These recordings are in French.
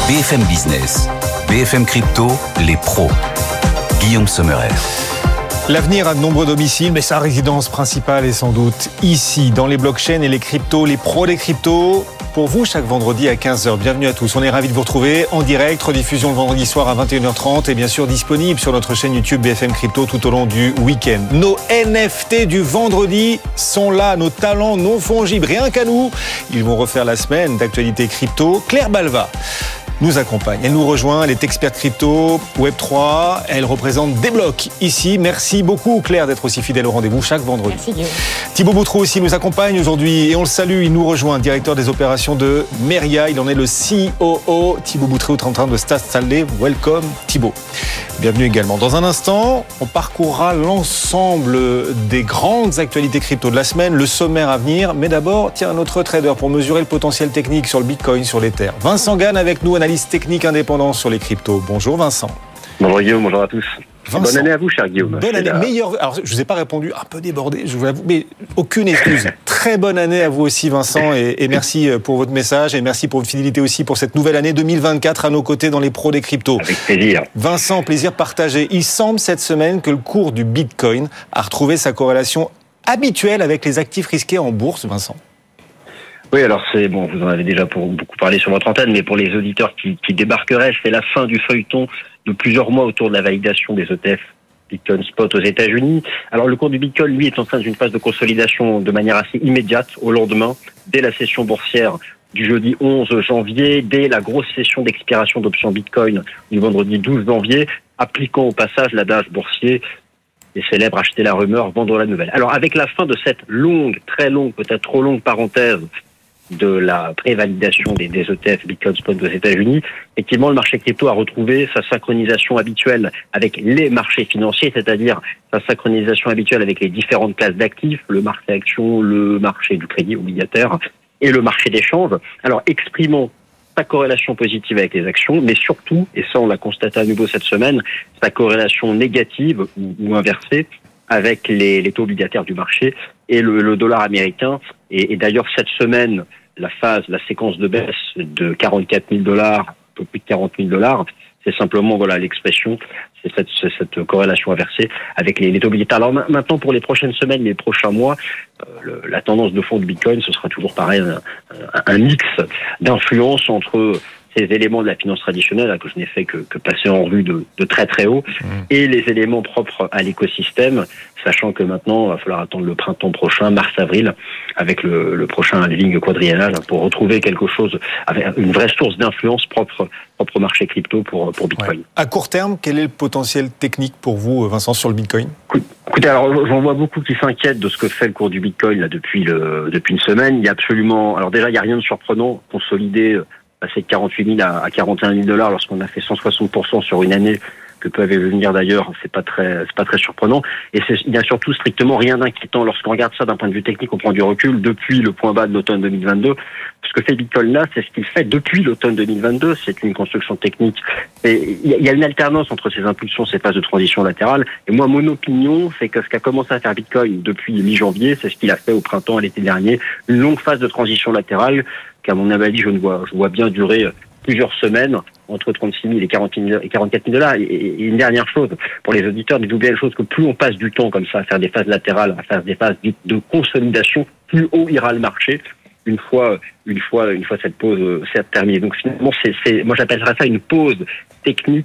BFM Business, BFM Crypto, les pros. Guillaume Sommerer. L'avenir a de nombreux domiciles, mais sa résidence principale est sans doute ici, dans les blockchains et les cryptos, les pros des cryptos. Pour vous, chaque vendredi à 15h. Bienvenue à tous. On est ravis de vous retrouver en direct, rediffusion le vendredi soir à 21h30 et bien sûr disponible sur notre chaîne YouTube BFM Crypto tout au long du week-end. Nos NFT du vendredi sont là, nos talents non fongibles, rien qu'à nous. Ils vont refaire la semaine d'actualité crypto. Claire Balva nous accompagne. Elle nous rejoint, elle est experte crypto, Web3, elle représente Desblocs ici. Merci beaucoup Claire d'être aussi fidèle au rendez-vous chaque vendredi. Merci Guillaume. Thibaut Boutreau aussi nous accompagne aujourd'hui et on le salue, il nous rejoint, directeur des opérations de Meria, il en est le COO. Thibaut Boutreau est en train de s'installer. Welcome Thibaut. Bienvenue également. Dans un instant, on parcourra l'ensemble des grandes actualités crypto de la semaine, le sommaire à venir, mais d'abord, tiens, notre trader pour mesurer le potentiel technique sur le Bitcoin, sur l'Ether. Vincent Gann avec nous, analyste technique indépendant sur les cryptos. Bonjour Vincent. Bonjour Guillaume, bonjour à tous. Vincent, bonne année à vous, cher Guillaume. Bonne année, meilleure. Alors, je vous ai pas répondu, un peu débordé, je vous l'avoue, mais aucune excuse. Très bonne année à vous aussi, Vincent, et merci pour votre message, et merci pour votre fidélité aussi pour cette nouvelle année 2024 à nos côtés dans les pros des cryptos. Avec plaisir. Vincent, plaisir partagé. Il semble cette semaine que le cours du Bitcoin a retrouvé sa corrélation habituelle avec les actifs risqués en bourse, Vincent. Oui, alors c'est bon, vous en avez déjà beaucoup parlé sur votre antenne, mais pour les auditeurs qui débarqueraient, c'est la fin du feuilleton de plusieurs mois autour de la validation des ETF Bitcoin Spot aux États-Unis. Alors le cours du Bitcoin, lui, est en train d'une phase de consolidation de manière assez immédiate au lendemain, dès la session boursière du jeudi 11 janvier, dès la grosse session d'expiration d'options Bitcoin du vendredi 12 janvier, appliquant au passage l'adage boursier les célèbres acheter la rumeur, vendre la nouvelle. Alors avec la fin de cette longue, très longue, peut-être trop longue parenthèse de la prévalidation des ETF Bitcoin Spot aux États-Unis, effectivement, le marché crypto a retrouvé sa synchronisation habituelle avec les marchés financiers, c'est-à-dire sa synchronisation habituelle avec les différentes classes d'actifs, le marché action, le marché du crédit obligataire et le marché d'échange. Alors, exprimant sa corrélation positive avec les actions, mais surtout, et ça on l'a constaté à nouveau cette semaine, sa corrélation négative ou inversée avec les taux obligataires du marché et le dollar américain. Et d'ailleurs, cette semaine, la séquence de baisse de 44 000 $, un peu plus de 40 000 $, c'est simplement, voilà, l'expression, c'est cette corrélation inversée avec les taux obligataires. Alors maintenant, pour les prochaines semaines, les prochains mois, la tendance de fond de Bitcoin, ce sera toujours pareil, un mix d'influence entre ces éléments de la finance traditionnelle, que je n'ai fait que passer en revue de très très haut, et les éléments propres à l'écosystème, sachant que maintenant, il va falloir attendre le printemps prochain, mars-avril, avec le prochain halving quadriennal, pour retrouver quelque chose, avec une vraie source d'influence propre marché crypto pour Bitcoin. Ouais. À court terme, quel est le potentiel technique pour vous, Vincent, sur le Bitcoin ? Écoutez, alors j'en vois beaucoup qui s'inquiètent de ce que fait le cours du Bitcoin là depuis une semaine. Il y a absolument, alors déjà il y a rien de surprenant, consolidé, passer de 48 000 à 41 000 $ lorsqu'on a fait 160% sur une année, que peuvent venir d'ailleurs, c'est pas très surprenant. Et il y a surtout strictement rien d'inquiétant lorsqu'on regarde ça d'un point de vue technique, on prend du recul depuis le point bas de l'automne 2022. Ce que fait Bitcoin là, c'est ce qu'il fait depuis l'automne 2022. C'est une construction technique. Et il y a une alternance entre ces impulsions, ces phases de transition latérale. Et moi, mon opinion, c'est que ce qu'a commencé à faire Bitcoin depuis mi-janvier, c'est ce qu'il a fait au printemps et l'été dernier. Une longue phase de transition latérale qu'à mon avis, je vois bien durer plusieurs semaines, entre 36 000 et 44 000 $. Et une dernière chose, pour les auditeurs, n'oubliez la chose que plus on passe du temps comme ça à faire des phases latérales, à faire des phases de consolidation, plus haut ira le marché. Une fois cette pause terminée. Donc finalement, moi j'appellerais ça une pause technique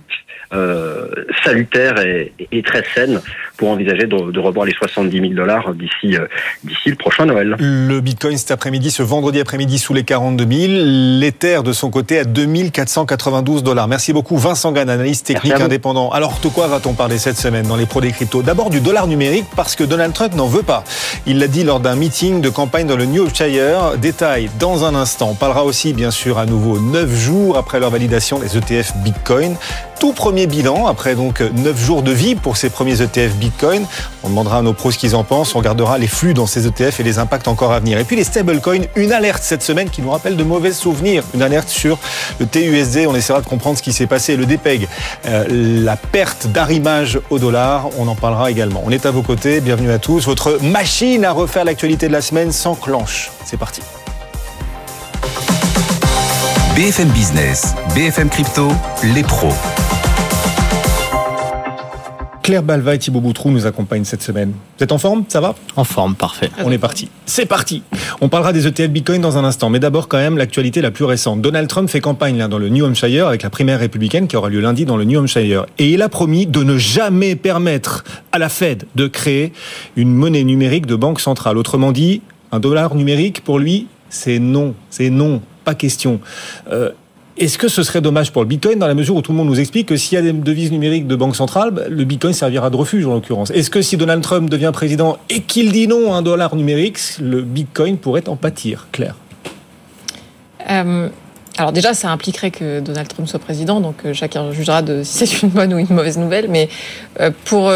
salutaire et très saine pour envisager de revoir les 70 000 $ d'ici le prochain Noël. Le Bitcoin cet après-midi, ce vendredi après-midi, sous les 42 000. L'Ether de son côté à 2 492 $. Merci beaucoup Vincent Gann, analyste technique indépendant. Alors de quoi va-t-on parler cette semaine dans les pros des cryptos ? D'abord du dollar numérique parce que Donald Trump n'en veut pas. Il l'a dit lors d'un meeting de campagne dans le New Hampshire. Détail dans un instant. On parlera aussi bien sûr à nouveau 9 jours après leur validation des ETF Bitcoin. Tout premier bilan après donc 9 jours de vie pour ces premiers ETF Bitcoin. On demandera à nos pros ce qu'ils en pensent. On regardera les flux dans ces ETF et les impacts encore à venir. Et puis les stablecoins, une alerte cette semaine qui nous rappelle de mauvais souvenirs. Une alerte sur le TUSD. On essaiera de comprendre ce qui s'est passé. Le DPEG, la perte d'arrimage au dollar. On en parlera également. On est à vos côtés. Bienvenue à tous. Votre machine à refaire l'actualité de la semaine s'enclenche. C'est parti. BFM Business, BFM Crypto, les pros. Claire Balva et Thibaut Boutroux nous accompagnent cette semaine. Vous êtes en forme ? Ça va ? En forme, parfait. On est parti. C'est parti. On parlera des ETF Bitcoin dans un instant. Mais d'abord, quand même, l'actualité la plus récente. Donald Trump fait campagne là, dans le New Hampshire avec la primaire républicaine qui aura lieu lundi dans le New Hampshire. Et il a promis de ne jamais permettre à la Fed de créer une monnaie numérique de banque centrale. Autrement dit, un dollar numérique, pour lui, c'est non. C'est non. Pas question. Est-ce que ce serait dommage pour le Bitcoin dans la mesure où tout le monde nous explique que s'il y a des devises numériques de banque centrale, le Bitcoin servira de refuge en l'occurrence. Est-ce que si Donald Trump devient président et qu'il dit non à un dollar numérique, le Bitcoin pourrait en pâtir ? Claire ? Alors déjà, ça impliquerait que Donald Trump soit président, donc chacun jugera de si c'est une bonne ou une mauvaise nouvelle. Mais pour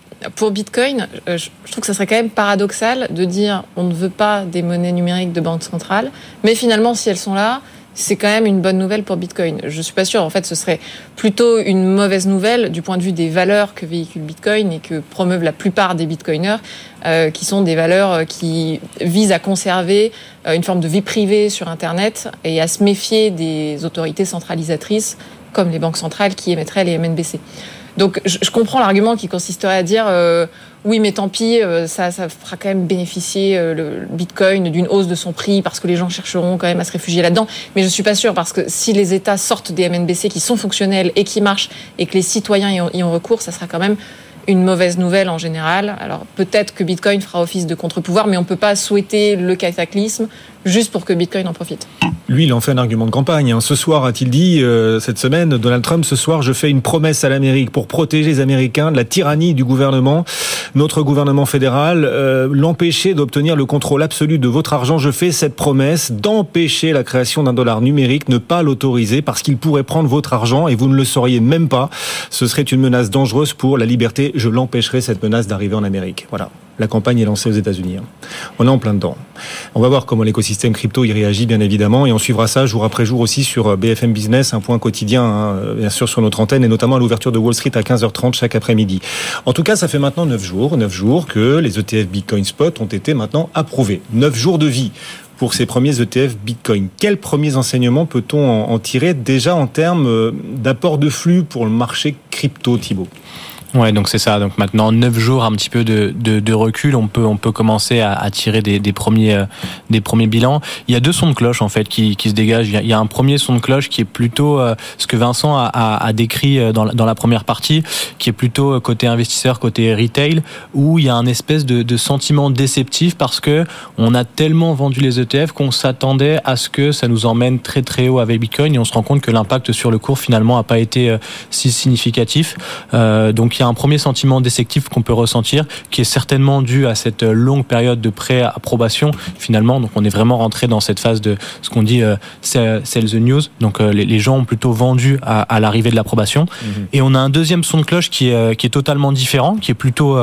Bitcoin, je trouve que ça serait quand même paradoxal de dire on ne veut pas des monnaies numériques de banque centrale, mais finalement, si elles sont là, c'est quand même une bonne nouvelle pour Bitcoin. Je suis pas sûre. En fait, ce serait plutôt une mauvaise nouvelle du point de vue des valeurs que véhicule Bitcoin et que promeuvent la plupart des Bitcoiners, qui sont des valeurs qui visent à conserver une forme de vie privée sur Internet et à se méfier des autorités centralisatrices comme les banques centrales qui émettraient les MNBC. Donc, je comprends l'argument qui consisterait à dire oui, mais tant pis, ça fera quand même bénéficier le Bitcoin d'une hausse de son prix parce que les gens chercheront quand même à se réfugier là-dedans. Mais je suis pas sûre parce que si les États sortent des MNBC qui sont fonctionnels et qui marchent et que les citoyens y ont recours, ça sera quand même une mauvaise nouvelle en général. Alors peut-être que Bitcoin fera office de contre-pouvoir, mais on peut pas souhaiter le cataclysme juste pour que Bitcoin en profite. Lui, il en fait un argument de campagne. Ce soir, a-t-il dit, cette semaine, Donald Trump, ce soir, je fais une promesse à l'Amérique pour protéger les Américains de la tyrannie du gouvernement, notre gouvernement fédéral, l'empêcher d'obtenir le contrôle absolu de votre argent. Je fais cette promesse d'empêcher la création d'un dollar numérique, ne pas l'autoriser parce qu'il pourrait prendre votre argent et vous ne le sauriez même pas. Ce serait une menace dangereuse pour la liberté. Je l'empêcherai, cette menace, d'arriver en Amérique. Voilà. La campagne est lancée aux États-Unis. On est en plein dedans. On va voir comment l'écosystème crypto y réagit, bien évidemment, et on suivra ça jour après jour aussi sur BFM Business, un point quotidien, bien sûr, sur notre antenne, et notamment à l'ouverture de Wall Street à 15h30 chaque après-midi. En tout cas, ça fait maintenant 9 jours que les ETF Bitcoin Spot ont été maintenant approuvés. 9 jours de vie pour ces premiers ETF Bitcoin. Quels premiers enseignements peut-on en tirer déjà en termes d'apport de flux pour le marché crypto, Thibaut ? Ouais, donc c'est ça. Donc maintenant 9 jours, un petit peu de recul, on peut commencer à tirer des premiers bilans. Il y a 2 sons de cloche en fait qui se dégagent. Il y a un premier son de cloche qui est plutôt ce que Vincent a décrit dans la première partie, qui est plutôt côté investisseur, côté retail, où il y a un espèce de sentiment déceptif parce que on a tellement vendu les ETF qu'on s'attendait à ce que ça nous emmène très très haut avec Bitcoin et on se rend compte que l'impact sur le cours finalement a pas été si significatif. Donc il y a un premier sentiment déceptif qu'on peut ressentir, qui est certainement dû à cette longue période de pré-approbation finalement. Donc on est vraiment rentré dans cette phase de ce qu'on dit sell the news. Donc les gens ont plutôt vendu à l'arrivée de l'approbation. Et on a un deuxième son de cloche qui est totalement différent, qui est plutôt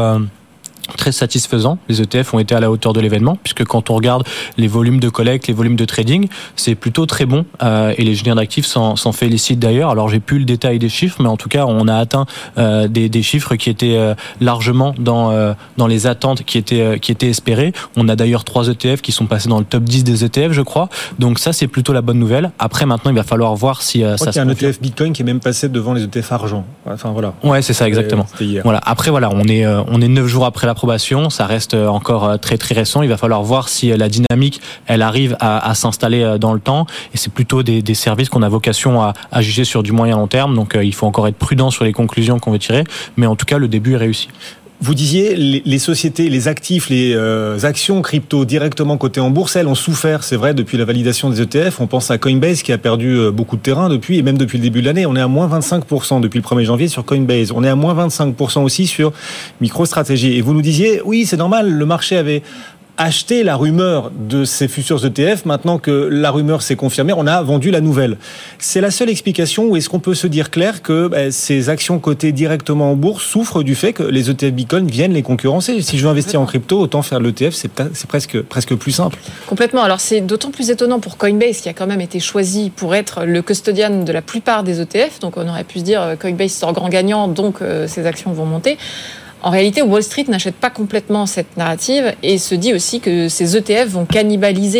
très satisfaisant. Les ETF ont été à la hauteur de l'événement, puisque quand on regarde les volumes de collecte, les volumes de trading, c'est plutôt très bon, et les gestionnaires d'actifs s'en félicitent d'ailleurs. Alors j'ai plus le détail des chiffres, mais en tout cas on a atteint des chiffres qui étaient largement dans les attentes qui étaient espérées. On a d'ailleurs 3 ETF qui sont passés dans le top 10 des ETF, je crois. Donc ça c'est plutôt la bonne nouvelle. Après maintenant il va falloir voir si ça se confirme. Il y a un ETF Bitcoin qui est même passé devant les ETF argent. Enfin voilà. Ouais, c'est ça exactement. Voilà. Après voilà, on est 9 jours après l'approbation, ça reste encore très très récent. Il va falloir voir si la dynamique elle arrive à s'installer dans le temps, et c'est plutôt des services qu'on a vocation à juger sur du moyen long terme. Donc il faut encore être prudent sur les conclusions qu'on veut tirer, mais en tout cas le début est réussi. Vous disiez, les sociétés, les actifs, les actions crypto directement cotées en bourse, elles ont souffert, c'est vrai, depuis la validation des ETF. On pense à Coinbase qui a perdu beaucoup de terrain depuis, et même depuis le début de l'année. On est à moins 25% depuis le 1er janvier sur Coinbase. On est à moins 25% aussi sur MicroStrategy. Et vous nous disiez, oui, c'est normal, le marché avait acheté la rumeur de ces futurs ETF. Maintenant que la rumeur s'est confirmée, on a vendu la nouvelle. C'est la seule explication, ou est-ce qu'on peut se dire clair que ces actions cotées directement en bourse souffrent du fait que les ETF Bitcoin viennent les concurrencer? Si je veux investir en crypto, autant faire l'ETF, c'est presque plus simple. Complètement. Alors c'est d'autant plus étonnant pour Coinbase qui a quand même été choisi pour être le custodian de la plupart des ETF. Donc on aurait pu se dire Coinbase sort grand gagnant, donc ses actions vont monter. En réalité, Wall Street n'achète pas complètement cette narrative et se dit aussi que ces ETF vont cannibaliser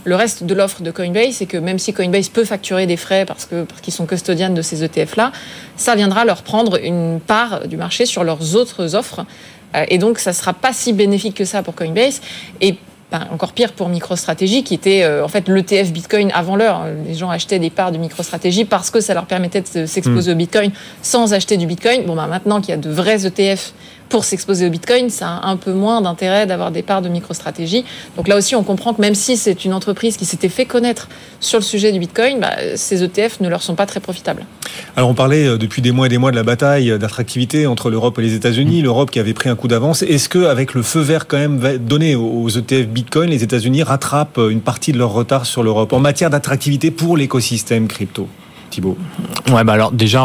le reste de l'offre de Coinbase, c'est que même si Coinbase peut facturer des frais parce qu'ils sont custodians de ces ETF-là, ça viendra leur prendre une part du marché sur leurs autres offres. Et donc, ça ne sera pas si bénéfique que ça pour Coinbase. Et encore pire pour MicroStrategy, qui était en fait l'ETF Bitcoin avant l'heure. Les gens achetaient des parts de MicroStrategy parce que ça leur permettait de s'exposer au Bitcoin sans acheter du Bitcoin. Maintenant qu'il y a de vrais ETF pour s'exposer au Bitcoin, ça a un peu moins d'intérêt d'avoir des parts de MicroStrategy. Donc là aussi, on comprend que même si c'est une entreprise qui s'était fait connaître sur le sujet du Bitcoin, ces ETF ne leur sont pas très profitables. Alors on parlait depuis des mois et des mois de la bataille d'attractivité entre l'Europe et les États-Unis, l'Europe qui avait pris un coup d'avance. Est-ce qu'avec le feu vert quand même donné aux ETF Bitcoin, les États-Unis rattrapent une partie de leur retard sur l'Europe en matière d'attractivité pour l'écosystème crypto? Thibaut. Ouais, alors déjà,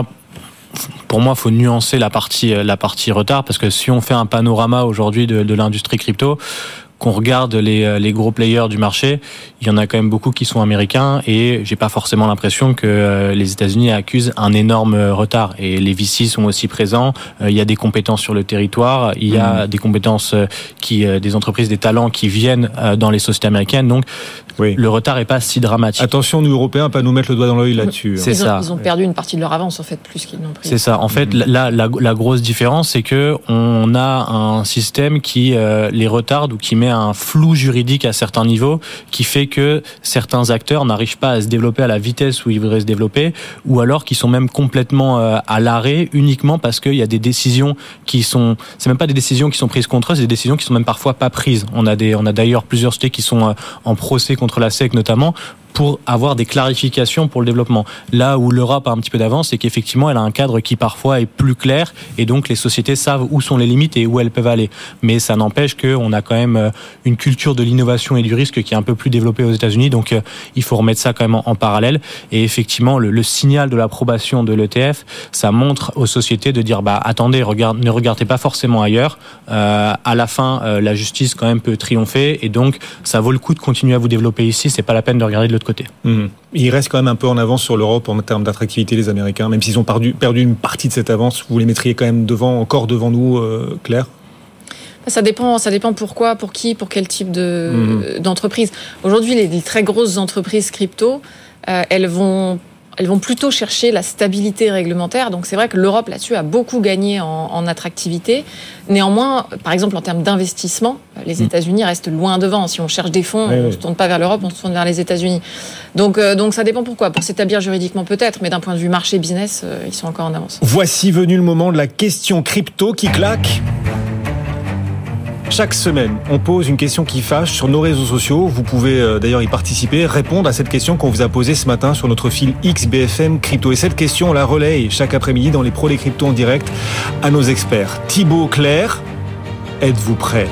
pour moi, il faut nuancer la partie retard, parce que si on fait un panorama aujourd'hui de l'industrie crypto, qu'on regarde les gros players du marché, il y en a quand même beaucoup qui sont américains, et j'ai pas forcément l'impression que les États-Unis accusent un énorme retard. Et les VC sont aussi présents. Il y a des compétences sur le territoire, il y a des compétences des entreprises, des talents qui viennent dans les sociétés américaines. Donc le retard est pas si dramatique. Attention, nous Européens, pas nous mettre le doigt dans l'œil là-dessus. Ils ont perdu une partie de leur avance en fait, plus qu'ils n'ont pris. C'est ça. En fait, la grosse différence, c'est que on a un système qui les retarde ou qui met un flou juridique à certains niveaux, qui fait que certains acteurs n'arrivent pas à se développer à la vitesse où ils voudraient se développer, ou alors qui sont même complètement à l'arrêt, uniquement parce qu'il y a des décisions c'est même pas des décisions qui sont prises contre eux, c'est des décisions qui sont même parfois pas prises. On a d'ailleurs plusieurs sociétés qui sont en procès contre la SEC notamment, pour avoir des clarifications pour le développement. Là où l'Europe a un petit peu d'avance, c'est qu'effectivement, elle a un cadre qui parfois est plus clair, et donc les sociétés savent où sont les limites et où elles peuvent aller. Mais ça n'empêche qu'on a quand même une culture de l'innovation et du risque qui est un peu plus développée aux États-Unis, donc il faut remettre ça quand même en parallèle. Et effectivement, le signal de l'approbation de l'ETF, ça montre aux sociétés de dire attendez, ne regardez pas forcément ailleurs. À la fin, la justice quand même peut triompher, et donc ça vaut le coup de continuer à vous développer ici. C'est pas la peine de regarder de l'autre côté. Ils restent quand même un peu en avance sur l'Europe en termes d'attractivité, les Américains, même s'ils ont perdu une partie de cette avance. Vous les mettriez quand même encore devant nous, Claire? Ça dépend pourquoi, pour qui, pour quel type d'entreprise. Aujourd'hui, les très grosses entreprises crypto, elles vont plutôt chercher la stabilité réglementaire. Donc c'est vrai que l'Europe là-dessus a beaucoup gagné en attractivité. Néanmoins, par exemple en termes d'investissement, les États-Unis restent loin devant. Si on cherche des fonds, on ne se tourne pas vers l'Europe, on se tourne vers les États-Unis. Donc ça dépend pourquoi. Pour s'établir juridiquement peut-être, mais d'un point de vue marché business, ils sont encore en avance. Voici venu le moment de la question crypto qui claque. Chaque semaine, on pose une question qui fâche sur nos réseaux sociaux. Vous pouvez d'ailleurs y participer, répondre à cette question qu'on vous a posée ce matin sur notre fil XBFM Crypto. Et cette question, on la relaye chaque après-midi dans les pros des cryptos en direct à nos experts. Thibaut, Claire, êtes-vous prêts?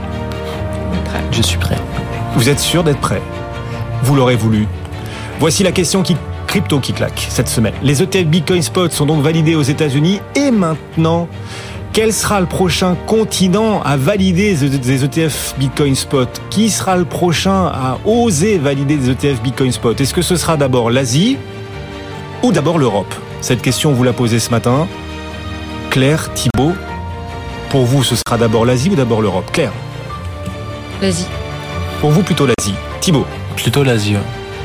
Je suis prêt. Vous êtes sûr d'être prêts? Vous l'aurez voulu. Voici la question crypto qui claque cette semaine. Les ETF Bitcoin Spot sont donc validés aux États-Unis, et maintenant, quel sera le prochain continent à valider des ETF Bitcoin Spot? Qui sera le prochain à oser valider des ETF Bitcoin Spot? Est-ce que ce sera d'abord l'Asie ou d'abord l'Europe? Cette question, vous la posez ce matin. Claire, Thibaut, pour vous, ce sera d'abord l'Asie ou d'abord l'Europe? Claire? L'Asie. Pour vous, plutôt l'Asie. Thibaut? Plutôt l'Asie.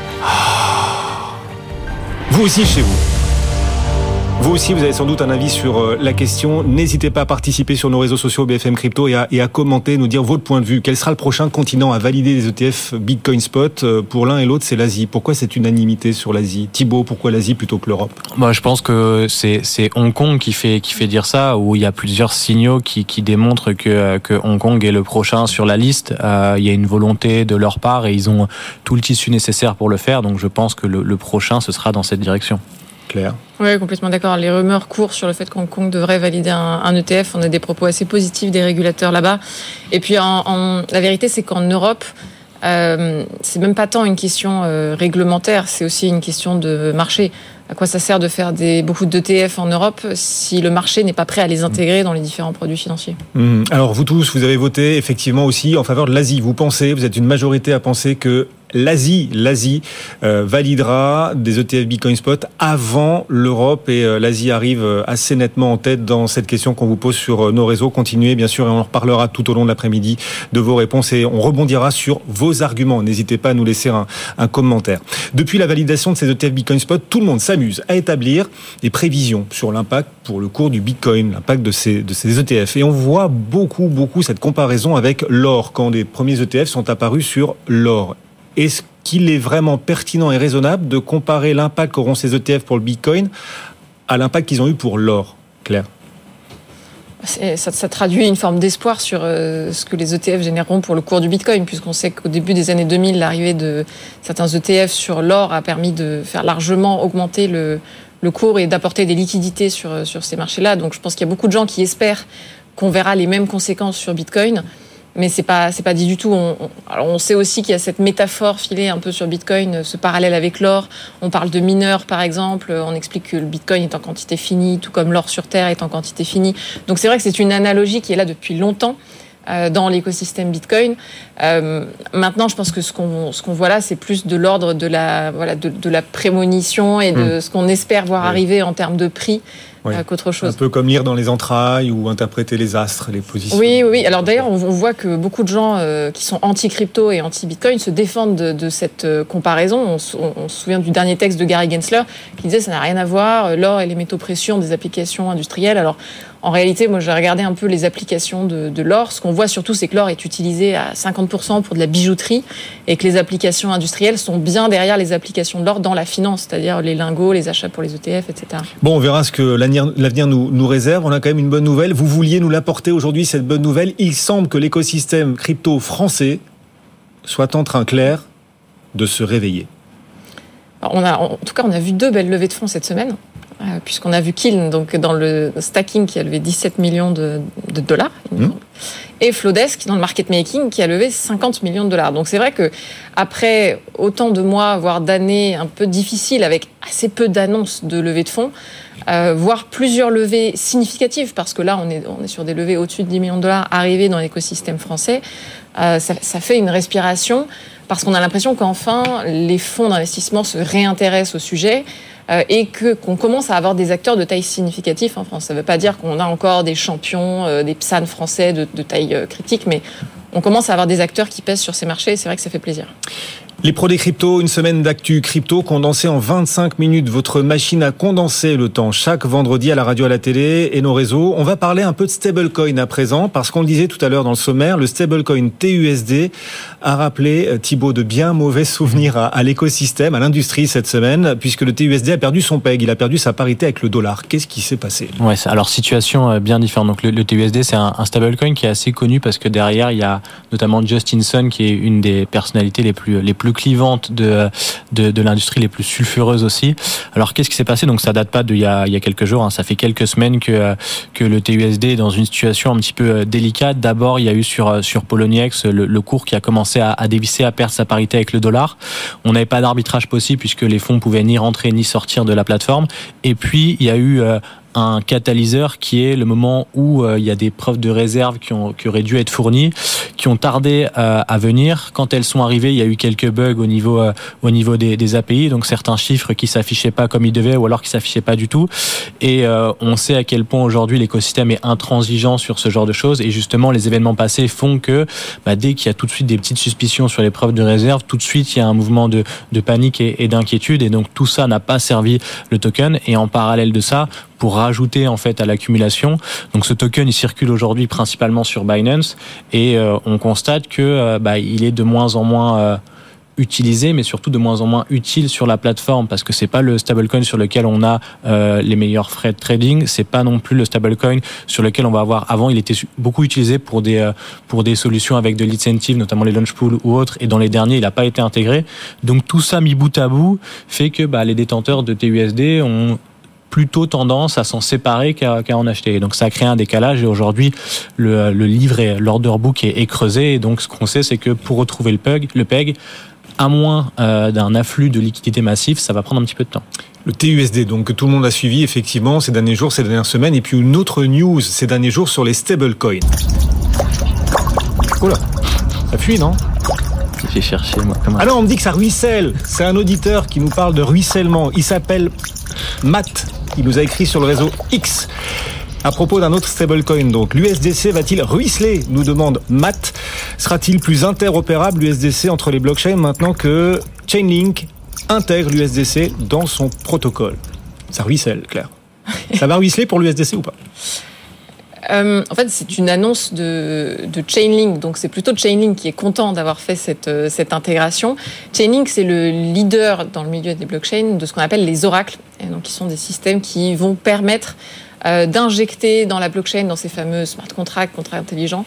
Vous aussi chez vous. Vous aussi, vous avez sans doute un avis sur la question. N'hésitez pas à participer sur nos réseaux sociaux BFM Crypto et à commenter, nous dire votre point de vue. Quel sera le prochain continent à valider les ETF Bitcoin Spot? Pour l'un et l'autre, c'est l'Asie. Pourquoi cette unanimité sur l'Asie? Thibaut, pourquoi l'Asie plutôt que l'Europe? Je pense que c'est Hong Kong qui fait dire ça, où il y a plusieurs signaux qui démontrent que Hong Kong est le prochain sur la liste. Il y a une volonté de leur part et ils ont tout le tissu nécessaire pour le faire. Donc je pense que le prochain, ce sera dans cette direction. Claire? Oui, complètement d'accord. Les rumeurs courent sur le fait qu'Hong Kong devrait valider un ETF. On a des propos assez positifs des régulateurs là-bas. Et puis, la vérité, c'est qu'en Europe, c'est même pas tant une question réglementaire, c'est aussi une question de marché. À quoi ça sert de faire beaucoup d'ETF en Europe si le marché n'est pas prêt à les intégrer dans les différents produits financiers? Alors, vous tous, vous avez voté effectivement aussi en faveur de l'Asie. Vous êtes une majorité à penser que l'Asie validera des ETF Bitcoin Spot avant l'Europe, et l'Asie arrive assez nettement en tête dans cette question qu'on vous pose sur nos réseaux. Continuez bien sûr, et on en reparlera tout au long de l'après-midi de vos réponses, et on rebondira sur vos arguments. N'hésitez pas à nous laisser un commentaire. Depuis la validation de ces ETF Bitcoin Spot, tout le monde s'amuse à établir des prévisions sur l'impact pour le cours du Bitcoin, l'impact de ces ETF. Et on voit beaucoup cette comparaison avec l'or, quand des premiers ETF sont apparus sur l'or. Est-ce qu'il est vraiment pertinent et raisonnable de comparer l'impact qu'auront ces ETF pour le Bitcoin à l'impact qu'ils ont eu pour l'or, Claire ? Ça traduit une forme d'espoir sur ce que les ETF généreront pour le cours du Bitcoin, puisqu'on sait qu'au début des années 2000, l'arrivée de certains ETF sur l'or a permis de faire largement augmenter le cours et d'apporter des liquidités sur ces marchés-là. Donc je pense qu'il y a beaucoup de gens qui espèrent qu'on verra les mêmes conséquences sur Bitcoin. Mais c'est pas dit du tout. Alors on sait aussi qu'il y a cette métaphore filée un peu sur Bitcoin, ce parallèle avec l'or. On parle de mineurs, par exemple. On explique que le Bitcoin est en quantité finie, tout comme l'or sur Terre est en quantité finie. Donc c'est vrai que c'est une analogie qui est là depuis longtemps dans l'écosystème Bitcoin. Maintenant, je pense que ce qu'on voit là, c'est plus de l'ordre de la prémonition et de ce qu'on espère voir arriver en termes de prix. Oui. Qu'autre chose. Un peu comme lire dans les entrailles ou interpréter les astres, les positions. Oui. Alors d'ailleurs, on voit que beaucoup de gens qui sont anti-crypto et anti-Bitcoin se défendent de cette comparaison. On se souvient du dernier texte de Gary Gensler qui disait que ça n'a rien à voir, l'or et les métaux précieux ont des applications industrielles. Alors en réalité, moi j'ai regardé un peu les applications de l'or. Ce qu'on voit surtout, c'est que l'or est utilisé à 50% pour de la bijouterie et que les applications industrielles sont bien derrière les applications de l'or dans la finance, c'est-à-dire les lingots, les achats pour les ETF, etc. Bon, on verra ce que l'avenir nous réserve. On a quand même une bonne nouvelle. Vous vouliez nous l'apporter aujourd'hui, cette bonne nouvelle. Il semble que l'écosystème crypto français soit en train, Claire, de se réveiller. Alors en tout cas, on a vu 2 belles levées de fonds cette semaine, puisqu'on a vu Kiln, donc dans le stacking, qui a levé 17 millions de dollars, et Flowdesk dans le market making qui a levé 50 millions de dollars. Donc c'est vrai que après autant de mois, voire d'années un peu difficiles, avec assez peu d'annonces de levée de fonds, voire plusieurs levées significatives, parce que là on est sur des levées au-dessus de 10 millions de dollars arrivées dans l'écosystème français, ça fait une respiration, parce qu'on a l'impression qu'enfin les fonds d'investissement se réintéressent au sujet. Et qu'on commence à avoir des acteurs de taille significative en France. Ça ne veut pas dire qu'on a encore des champions, des PSAN français de taille critique, mais on commence à avoir des acteurs qui pèsent sur ces marchés, et c'est vrai que ça fait plaisir. Les pros des cryptos, une semaine d'actu crypto condensée en 25 minutes. Votre machine à condenser le temps chaque vendredi à la radio, à la télé et nos réseaux. On va parler un peu de stablecoin à présent, parce qu'on le disait tout à l'heure dans le sommaire, le stablecoin TUSD a rappelé, Thibaut, de bien mauvais souvenirs à l'écosystème, à l'industrie cette semaine, puisque le TUSD a perdu son peg, il a perdu sa parité avec le dollar. Qu'est-ce qui s'est passé ? Ouais, alors situation bien différente. Donc le TUSD, c'est un stablecoin qui est assez connu parce que derrière il y a notamment Justin Sun, qui est une des personnalités les plus clivantes de l'industrie, les plus sulfureuses aussi. Alors qu'est-ce qui s'est passé ? Donc ça date pas d'il y a quelques jours, ça fait quelques semaines que le TUSD est dans une situation un petit peu délicate. D'abord, il y a eu sur Poloniex le cours qui a commencé à dévisser, à perdre sa parité avec le dollar. On n'avait pas d'arbitrage possible puisque les fonds pouvaient ni rentrer ni sortir de la plateforme. Et puis il y a eu un catalyseur qui est le moment où il y a des preuves de réserve qui auraient dû être fournies, qui ont tardé à venir. Quand elles sont arrivées, il y a eu quelques bugs au niveau des API, donc certains chiffres qui s'affichaient pas comme ils devaient ou alors qui s'affichaient pas du tout. Et on sait à quel point aujourd'hui l'écosystème est intransigeant sur ce genre de choses. Et justement, les événements passés font que dès qu'il y a tout de suite des petites suspicions sur les preuves de réserve, tout de suite il y a un mouvement de panique et d'inquiétude. Et donc tout ça n'a pas servi le token. Et en parallèle de ça, pour rajouter en fait à l'accumulation. Donc ce token il circule aujourd'hui principalement sur Binance et on constate que il est de moins en moins utilisé, mais surtout de moins en moins utile sur la plateforme, parce que c'est pas le stablecoin sur lequel on a les meilleurs frais de trading, c'est pas non plus le stablecoin sur lequel on va avoir. Avant, il était beaucoup utilisé pour des solutions avec de l'incentive, notamment les launch pools ou autres, et dans les derniers, il n'a pas été intégré. Donc tout ça mis bout à bout fait que les détenteurs de TUSD ont plutôt tendance à s'en séparer qu'à en acheter. Donc ça a créé un décalage et aujourd'hui le livre et l'order book est creusé. Et donc ce qu'on sait, c'est que pour retrouver le peg, à moins d'un afflux de liquidités massif, ça va prendre un petit peu de temps. Le TUSD, donc que tout le monde a suivi effectivement ces derniers jours, ces dernières semaines, et puis une autre news ces derniers jours sur les stablecoins. Oula, ça fuit, non ? J'ai cherché, moi. Ah non, on me dit que ça ruisselle. C'est un auditeur qui nous parle de ruissellement. Il s'appelle Matt. Il nous a écrit sur le réseau X. À propos d'un autre stablecoin, donc, l'USDC va-t-il ruisseler, nous demande Matt. Sera-t-il plus interopérable l'USDC entre les blockchains maintenant que Chainlink intègre l'USDC dans son protocole? Ça ruisselle, Claire. Ça va ruisseler pour l'USDC ou pas? En fait, c'est une annonce de Chainlink, donc c'est plutôt Chainlink qui est content d'avoir fait cette intégration. Chainlink, c'est le leader dans le milieu des blockchains de ce qu'on appelle les oracles, et donc qui sont des systèmes qui vont permettre d'injecter dans la blockchain, dans ces fameux smart contracts, contrats intelligents,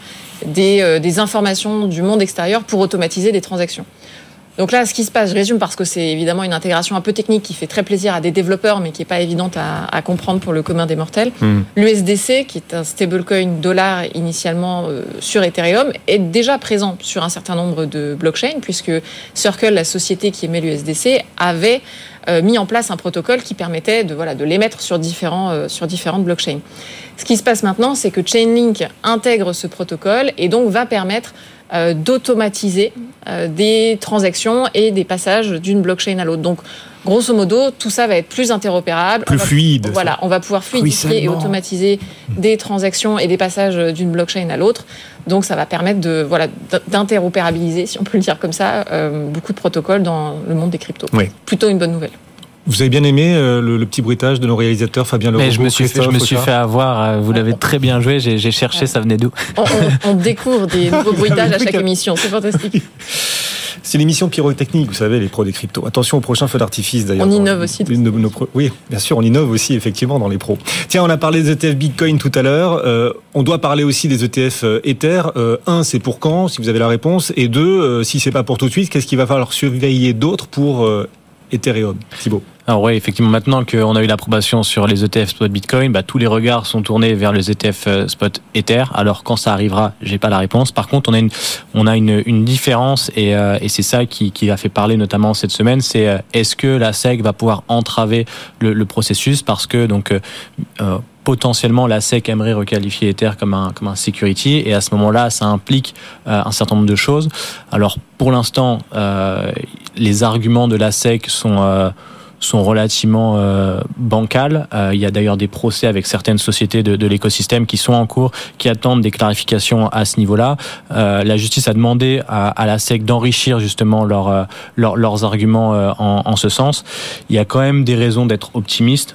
des informations du monde extérieur pour automatiser des transactions. Donc là, ce qui se passe, je résume parce que c'est évidemment une intégration un peu technique qui fait très plaisir à des développeurs, mais qui n'est pas évidente à comprendre pour le commun des mortels. L'USDC, qui est un stablecoin dollar initialement sur Ethereum, est déjà présent sur un certain nombre de blockchains, puisque Circle, la société qui émet l'USDC, avait mis en place un protocole qui permettait de l'émettre sur différentes blockchains. Ce qui se passe maintenant, c'est que Chainlink intègre ce protocole et donc va permettre d'automatiser des transactions et des passages d'une blockchain à l'autre. Donc, grosso modo, tout ça va être plus interopérable. Plus fluide. Voilà, on va pouvoir fluidifier et automatiser des transactions et des passages d'une blockchain à l'autre. Donc, ça va permettre d'interopérabiliser, si on peut le dire comme ça, beaucoup de protocoles dans le monde des cryptos. Oui. Plutôt une bonne nouvelle. Vous avez bien aimé le petit bruitage de nos réalisateurs, Fabien Leroux? Je me suis fait avoir, vous l'avez très bien joué, j'ai cherché, ça venait d'où? On découvre des nouveaux bruitages à chaque émission, c'est fantastique. C'est l'émission pyrotechnique, vous savez, les pros des cryptos. Attention au prochain feu d'artifice, d'ailleurs. On innove aussi. Oui, bien sûr, on innove aussi, effectivement, dans les pros. Tiens, on a parlé des ETF Bitcoin tout à l'heure. On doit parler aussi des ETF Ether. Un, c'est pour quand, si vous avez la réponse? Et deux, si c'est pas pour tout de suite, qu'est-ce qu'il va falloir surveiller d'autres pour Ethereum? Thibaut. Alors ouais, effectivement, maintenant qu'on a eu l'approbation sur les ETF spot Bitcoin, tous les regards sont tournés vers les ETF spot Ether. Alors quand ça arrivera, j'ai pas la réponse. Par contre, on a une différence et c'est ça qui a fait parler notamment cette semaine. C'est est-ce que la SEC va pouvoir entraver le processus parce que potentiellement la SEC aimerait requalifier Ether comme un security et à ce moment-là, ça implique un certain nombre de choses. Alors pour l'instant, les arguments de la SEC sont relativement bancales. Il y a d'ailleurs des procès avec certaines sociétés de l'écosystème qui sont en cours, qui attendent des clarifications à ce niveau-là. La justice a demandé à la SEC d'enrichir justement leurs arguments en ce sens. Il y a quand même des raisons d'être optimiste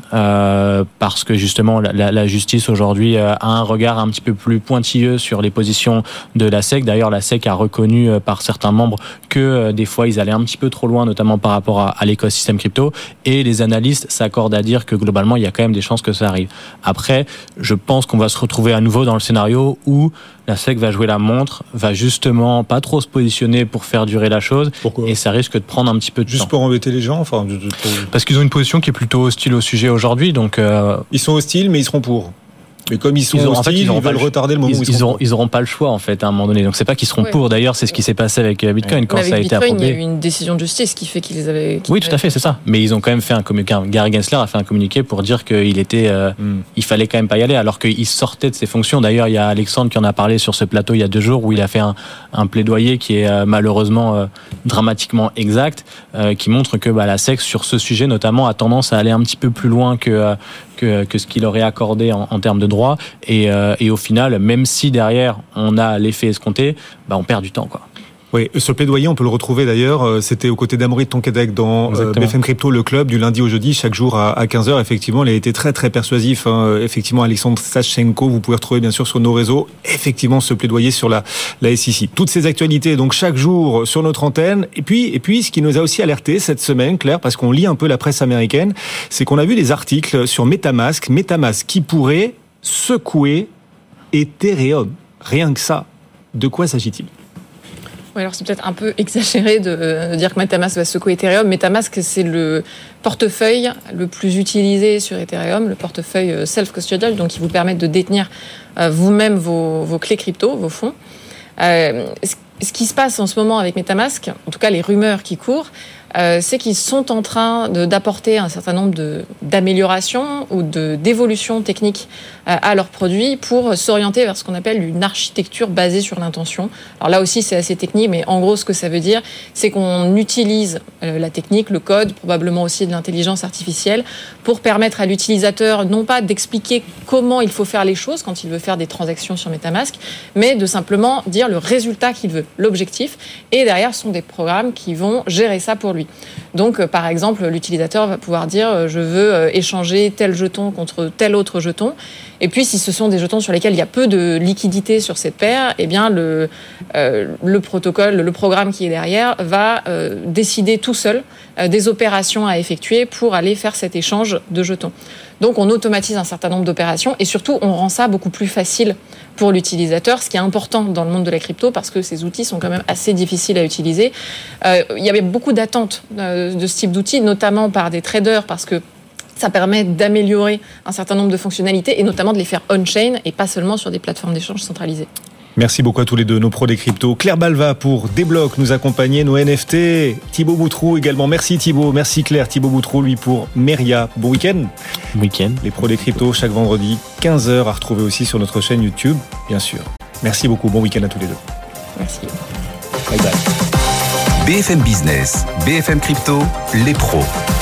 parce que justement la justice aujourd'hui a un regard un petit peu plus pointilleux sur les positions de la SEC. D'ailleurs, la SEC a reconnu par certains membres que des fois ils allaient un petit peu trop loin, notamment par rapport à l'écosystème crypto. Et les analystes s'accordent à dire que globalement, il y a quand même des chances que ça arrive. Après, je pense qu'on va se retrouver à nouveau dans le scénario où la SEC va jouer la montre, va justement pas trop se positionner pour faire durer la chose. Pourquoi ? Et ça risque de prendre un petit peu de temps. Juste pour embêter les gens, Parce qu'ils ont une position qui est plutôt hostile au sujet aujourd'hui. Donc ils sont hostiles, mais ils seront pour. Mais comme ils sont hostiles, ils veulent retarder le moment où ils auront pas le choix en fait à un moment donné. Donc c'est pas qu'ils seront pour. D'ailleurs, c'est ce qui s'est passé avec Bitcoin quand ça a été approuvé. Il y a eu une décision de justice qui fait qu'ils avaient. Oui, tout à fait, c'est ça. Mais ils ont quand même fait un communiqué. Gary Gensler a fait un communiqué pour dire qu'il était, il fallait quand même pas y aller, alors qu'il sortait de ses fonctions. D'ailleurs, il y a Alexandre qui en a parlé sur ce plateau il y a 2 jours où il a fait un plaidoyer qui est malheureusement dramatiquement exact, qui montre que la SEC sur ce sujet notamment a tendance à aller un petit peu plus loin que ce qu'il aurait accordé en termes de droit et au final, même si derrière on a l'effet escompté, on perd du temps quoi. Oui, ce plaidoyer, on peut le retrouver d'ailleurs. C'était aux côtés d'Amaury de Tonquédec dans BFM Crypto, le club, du lundi au jeudi, chaque jour à 15h. Effectivement, il a été très très persuasif. Effectivement, Alexandre Sachenko, vous pouvez retrouver bien sûr sur nos réseaux, effectivement, ce plaidoyer sur la SEC. Toutes ces actualités, donc chaque jour sur notre antenne. Et puis, ce qui nous a aussi alerté cette semaine, Claire, parce qu'on lit un peu la presse américaine, c'est qu'on a vu des articles sur MetaMask qui pourrait secouer Ethereum. Rien que ça. De quoi s'agit-il ? Oui, alors c'est peut-être un peu exagéré de dire que MetaMask va secouer Ethereum. MetaMask, c'est le portefeuille le plus utilisé sur Ethereum, le portefeuille self-custodial, donc qui vous permet de détenir vous-même vos clés crypto, vos fonds. Ce qui se passe en ce moment avec MetaMask, en tout cas les rumeurs qui courent, c'est qu'ils sont en train d'apporter un certain nombre d'améliorations ou d'évolutions techniques à leurs produits pour s'orienter vers ce qu'on appelle une architecture basée sur l'intention. Alors là aussi, c'est assez technique, mais en gros, ce que ça veut dire, c'est qu'on utilise la technique, le code, probablement aussi de l'intelligence artificielle, pour permettre à l'utilisateur non pas d'expliquer comment il faut faire les choses quand il veut faire des transactions sur MetaMask, mais de simplement dire le résultat qu'il veut, l'objectif. Et derrière, ce sont des programmes qui vont gérer ça pour lui. Donc, par exemple, l'utilisateur va pouvoir dire je veux échanger tel jeton contre tel autre jeton. Et puis, si ce sont des jetons sur lesquels il y a peu de liquidité sur cette paire, eh bien, le protocole, le programme qui est derrière va décider tout seul des opérations à effectuer pour aller faire cet échange de jetons. Donc, on automatise un certain nombre d'opérations et surtout, on rend ça beaucoup plus facile pour l'utilisateur, ce qui est important dans le monde de la crypto parce que ces outils sont quand même assez difficiles à utiliser. Il y avait beaucoup d'attentes de ce type d'outils, notamment par des traders parce que ça permet d'améliorer un certain nombre de fonctionnalités et notamment de les faire on-chain et pas seulement sur des plateformes d'échange centralisées. Merci beaucoup à tous les deux, nos pros des cryptos. Claire Balva pour Débloc nous accompagner, nos NFT. Thibaut Boutroux également. Merci Thibaut, merci Claire. Thibaut Boutroux, lui, pour Meria. Bon week-end. Week-end. Les pros des cryptos, chaque vendredi, 15h, à retrouver aussi sur notre chaîne YouTube, bien sûr. Merci beaucoup, bon week-end à tous les deux. Merci. Bye bye. BFM Business, BFM Crypto, les pros.